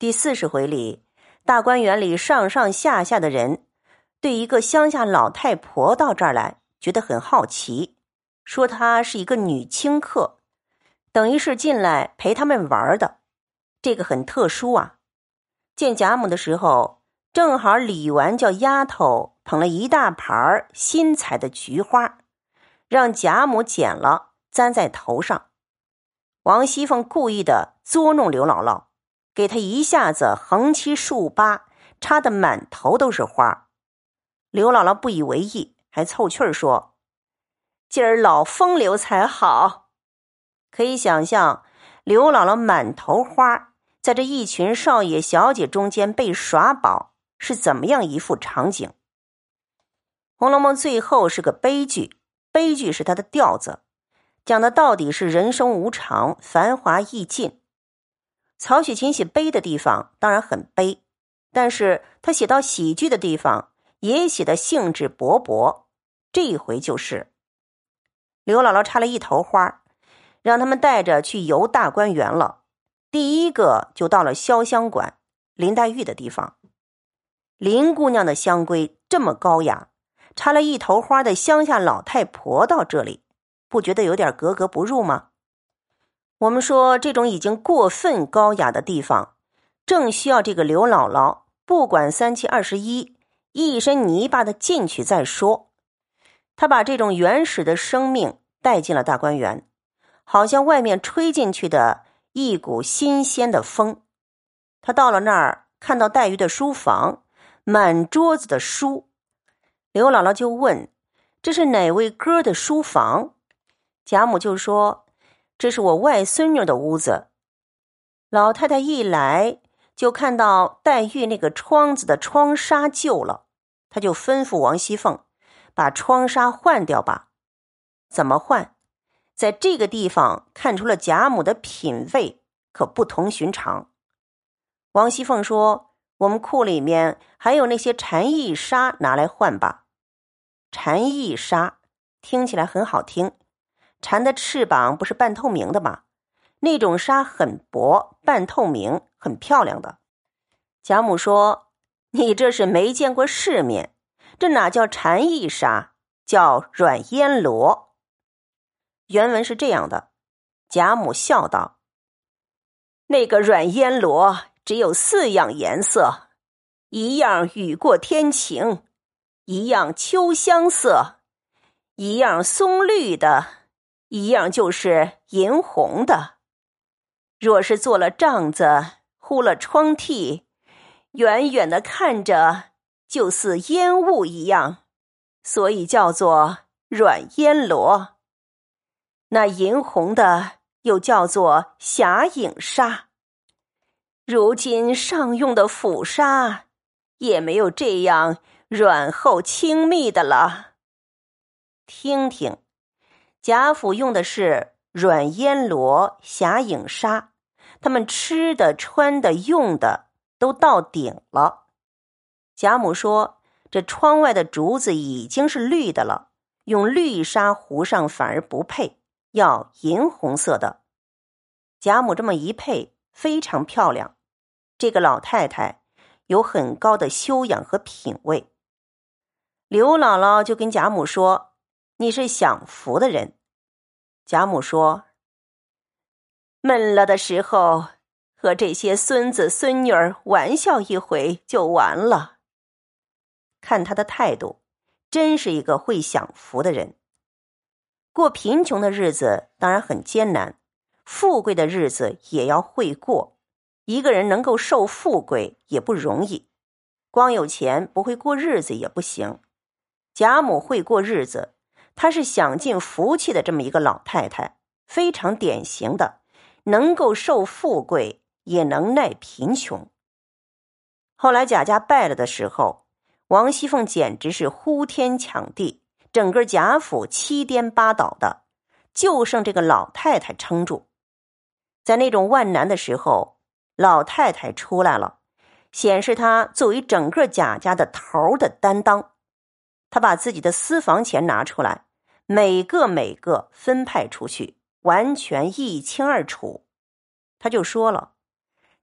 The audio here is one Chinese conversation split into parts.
第40回里，大观园里上上下下的人对一个乡下老太婆到这儿来觉得很好奇，说她是一个女清客，等于是进来陪他们玩的。这个很特殊啊。见贾母的时候，正好李纨叫丫头捧了一大盘新采的菊花，让贾母捡了簪在头上。王熙凤故意的捉弄刘姥姥，给她一下子横七竖八，插得满头都是花。刘姥姥不以为意，还凑趣儿说：“今儿老风流才好。”可以想象刘姥姥满头花，在这一群少爷小姐中间被耍宝是怎么样一副场景。《红楼梦》最后是个悲剧，悲剧是它的调子，讲的到底是人生无常，繁华易尽。曹雪芹写悲的地方当然很悲，但是他写到喜剧的地方也写得兴致勃勃。这一回就是刘姥姥插了一头花，让他们带着去游大观园了。第一个就到了潇湘馆，林黛玉的地方。林姑娘的香闺这么高雅，插了一头花的乡下老太婆到这里，不觉得有点格格不入吗？我们说这种已经过分高雅的地方，正需要这个刘姥姥不管3七21，一身泥巴的进去再说。她把这种原始的生命带进了大观园，好像外面吹进去的一股新鲜的风。她到了那儿，看到黛玉的书房，满桌子的书。刘姥姥就问：“这是哪位哥的书房？”贾母就说：“这是我外孙女的屋子。”老太太一来就看到黛玉那个窗子的窗纱旧了，她就吩咐王熙凤把窗纱换掉吧。怎么换？在这个地方看出了贾母的品味可不同寻常。王熙凤说：“我们库里面还有那些蝉翼纱，拿来换吧。”蝉翼纱听起来很好听，蝉的翅膀不是半透明的吗？那种纱很薄，半透明，很漂亮的。贾母说：“你这是没见过世面，这哪叫蝉翼纱，叫软烟罗。”原文是这样的，贾母笑道：“那个软烟罗只有4样颜色，一样雨过天晴，一样秋香色，一样松绿的，一样就是银红的。若是做了帐子，糊了窗屉，远远的看着就似烟雾一样，所以叫做软烟罗。那银红的又叫做霞影纱。如今上用的phủ纱也没有这样软厚轻密的了。”听听，贾府用的是软烟罗、霞影纱，他们吃的、穿的、用的都到顶了。贾母说：“这窗外的竹子已经是绿的了，用绿纱糊上反而不配，要银红色的。”贾母这么一配，非常漂亮。这个老太太有很高的修养和品味。刘姥姥就跟贾母说：“你是享福的人。”贾母说：“闷了的时候，和这些孙子孙女儿玩笑一回就完了。”看她的态度，真是一个会享福的人。过贫穷的日子当然很艰难，富贵的日子也要会过。一个人能够受富贵也不容易，光有钱不会过日子也不行。贾母会过日子，她是享尽福气的这么一个老太太，非常典型的，能够受富贵也能耐贫穷。后来贾家败了的时候，王熙凤简直是呼天抢地，整个贾府7颠8倒的，就剩这个老太太撑住。在那种万难的时候，老太太出来了，显示她作为整个贾家的头的担当。她把自己的私房钱拿出来，每个分派出去，完全一清二楚。她就说了，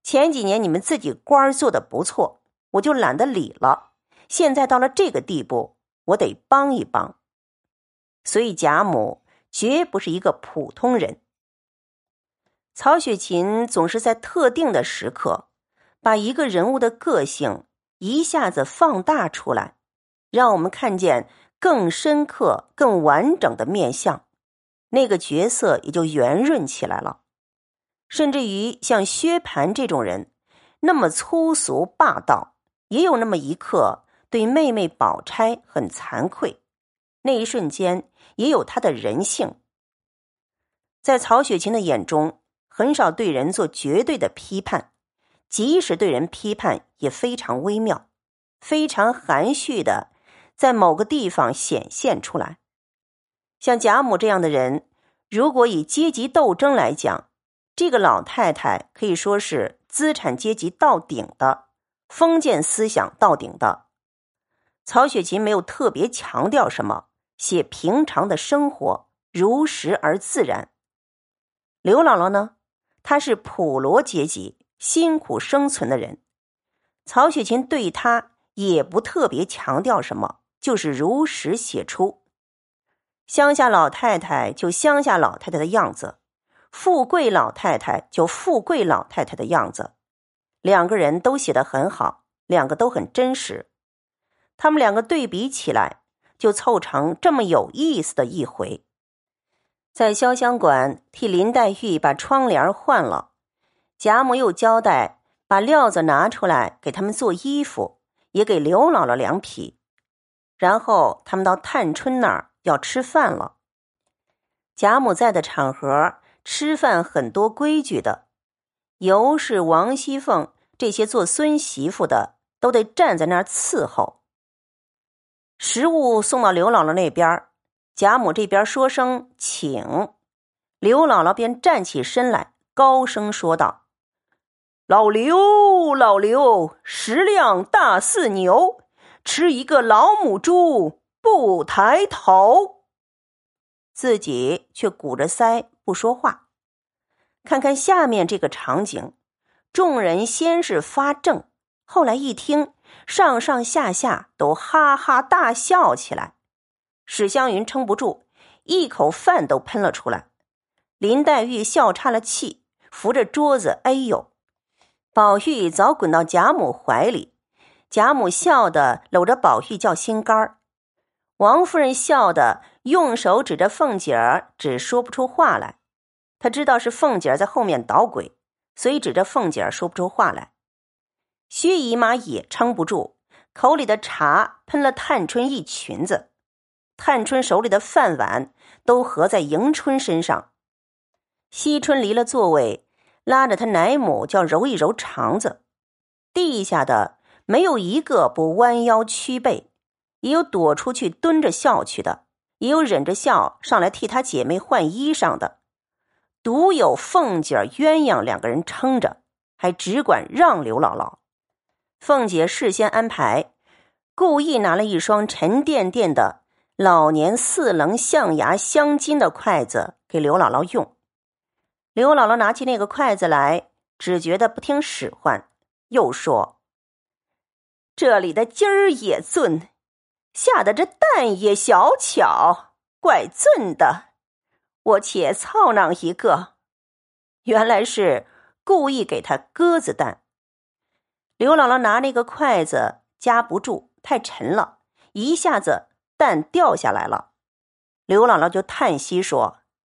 前几年你们自己官做得不错，我就懒得理了，现在到了这个地步，我得帮一帮。所以贾母绝不是一个普通人。曹雪芹总是在特定的时刻，把一个人物的个性一下子放大出来，让我们看见更深刻、更完整的面相，那个角色也就圆润起来了。甚至于像薛蟠这种人，那么粗俗霸道，也有那么一刻对妹妹宝钗很惭愧，那一瞬间也有他的人性。在曹雪芹的眼中，很少对人做绝对的批判，即使对人批判也非常微妙，非常含蓄的在某个地方显现出来。像贾母这样的人，如果以阶级斗争来讲，这个老太太可以说是资产阶级到顶的，封建思想到顶的。曹雪芹没有特别强调什么，写平常的生活，如实而自然。刘姥姥呢，她是普罗阶级，辛苦生存的人，曹雪芹对她也不特别强调什么，就是如实写出。乡下老太太就乡下老太太的样子，富贵老太太就富贵老太太的样子，两个人都写得很好，两个都很真实。他们两个对比起来，就凑成这么有意思的一回。在潇湘馆替林黛玉把窗帘换了，贾母又交代把料子拿出来给他们做衣服，也给刘姥姥2匹。然后他们到探春那儿要吃饭了。贾母在的场合吃饭很多规矩的，尤是王熙凤这些做孙媳妇的都得站在那儿伺候。食物送到刘姥姥那边，贾母这边说声请，刘姥姥便站起身来，高声说道：老刘，老刘，食量大似牛，吃一个老母猪不抬头。自己却鼓着腮不说话。看看下面这个场景，众人先是发怔，后来一听，上上下下都哈哈大笑起来。史湘云撑不住，一口饭都喷了出来。林黛玉笑岔了气，扶着桌子哎呦。宝玉早滚到贾母怀里，贾母笑得搂着宝玉叫心肝儿。王夫人笑得用手指着凤姐儿，只说不出话来。她知道是凤姐儿在后面捣鬼，所以指着凤姐儿说不出话来。薛姨妈也撑不住，口里的茶喷了探春一裙子，探春手里的饭碗都合在迎春身上。惜春离了座位，拉着她奶母叫揉一揉肠子，地下的没有一个不弯腰屈背，也有躲出去蹲着笑去的，也有忍着笑上来替她姐妹换衣裳的，独有凤姐鸳鸯2个人撑着，还只管让刘姥姥。凤姐事先安排，故意拿了一双沉甸甸的老年4棱象牙镶金的筷子给刘姥姥用。刘姥姥拿起那个筷子来，只觉得不听使唤，又说：这里的筋儿也俊，下的这蛋也小巧，怪俊的，我且操囊一个。原来是故意给他鸽子蛋。刘姥姥拿那个筷子夹不住，太沉了，一下子蛋掉下来了。刘姥姥就叹息说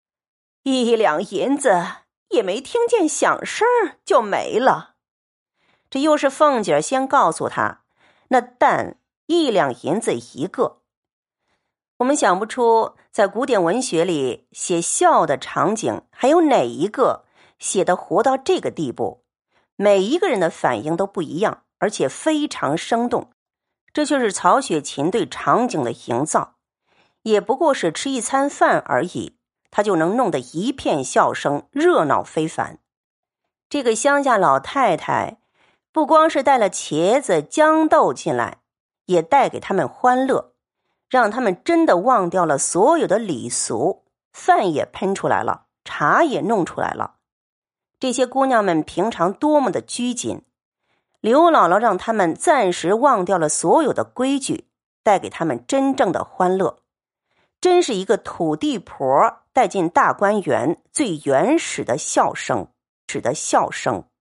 ：1两银子也没听见响声就没了。这又是凤姐先告诉她，那蛋1两银子一个。我们想不出在古典文学里写笑的场景还有哪一个写得活到这个地步，每一个人的反应都不一样，而且非常生动。这就是曹雪芹对场景的营造，也不过是吃一餐饭而已，他就能弄得一片笑声，热闹非凡。这个乡下老太太不光是带了茄子豇豆进来，也带给他们欢乐，让他们真的忘掉了所有的礼俗，饭也喷出来了，茶也弄出来了。 这些姑娘们平常多么的拘谨，刘姥姥让她们暂时忘掉了所有的规矩，带给她们真正的欢乐。真是一个土地婆带进大观园最原始的笑声。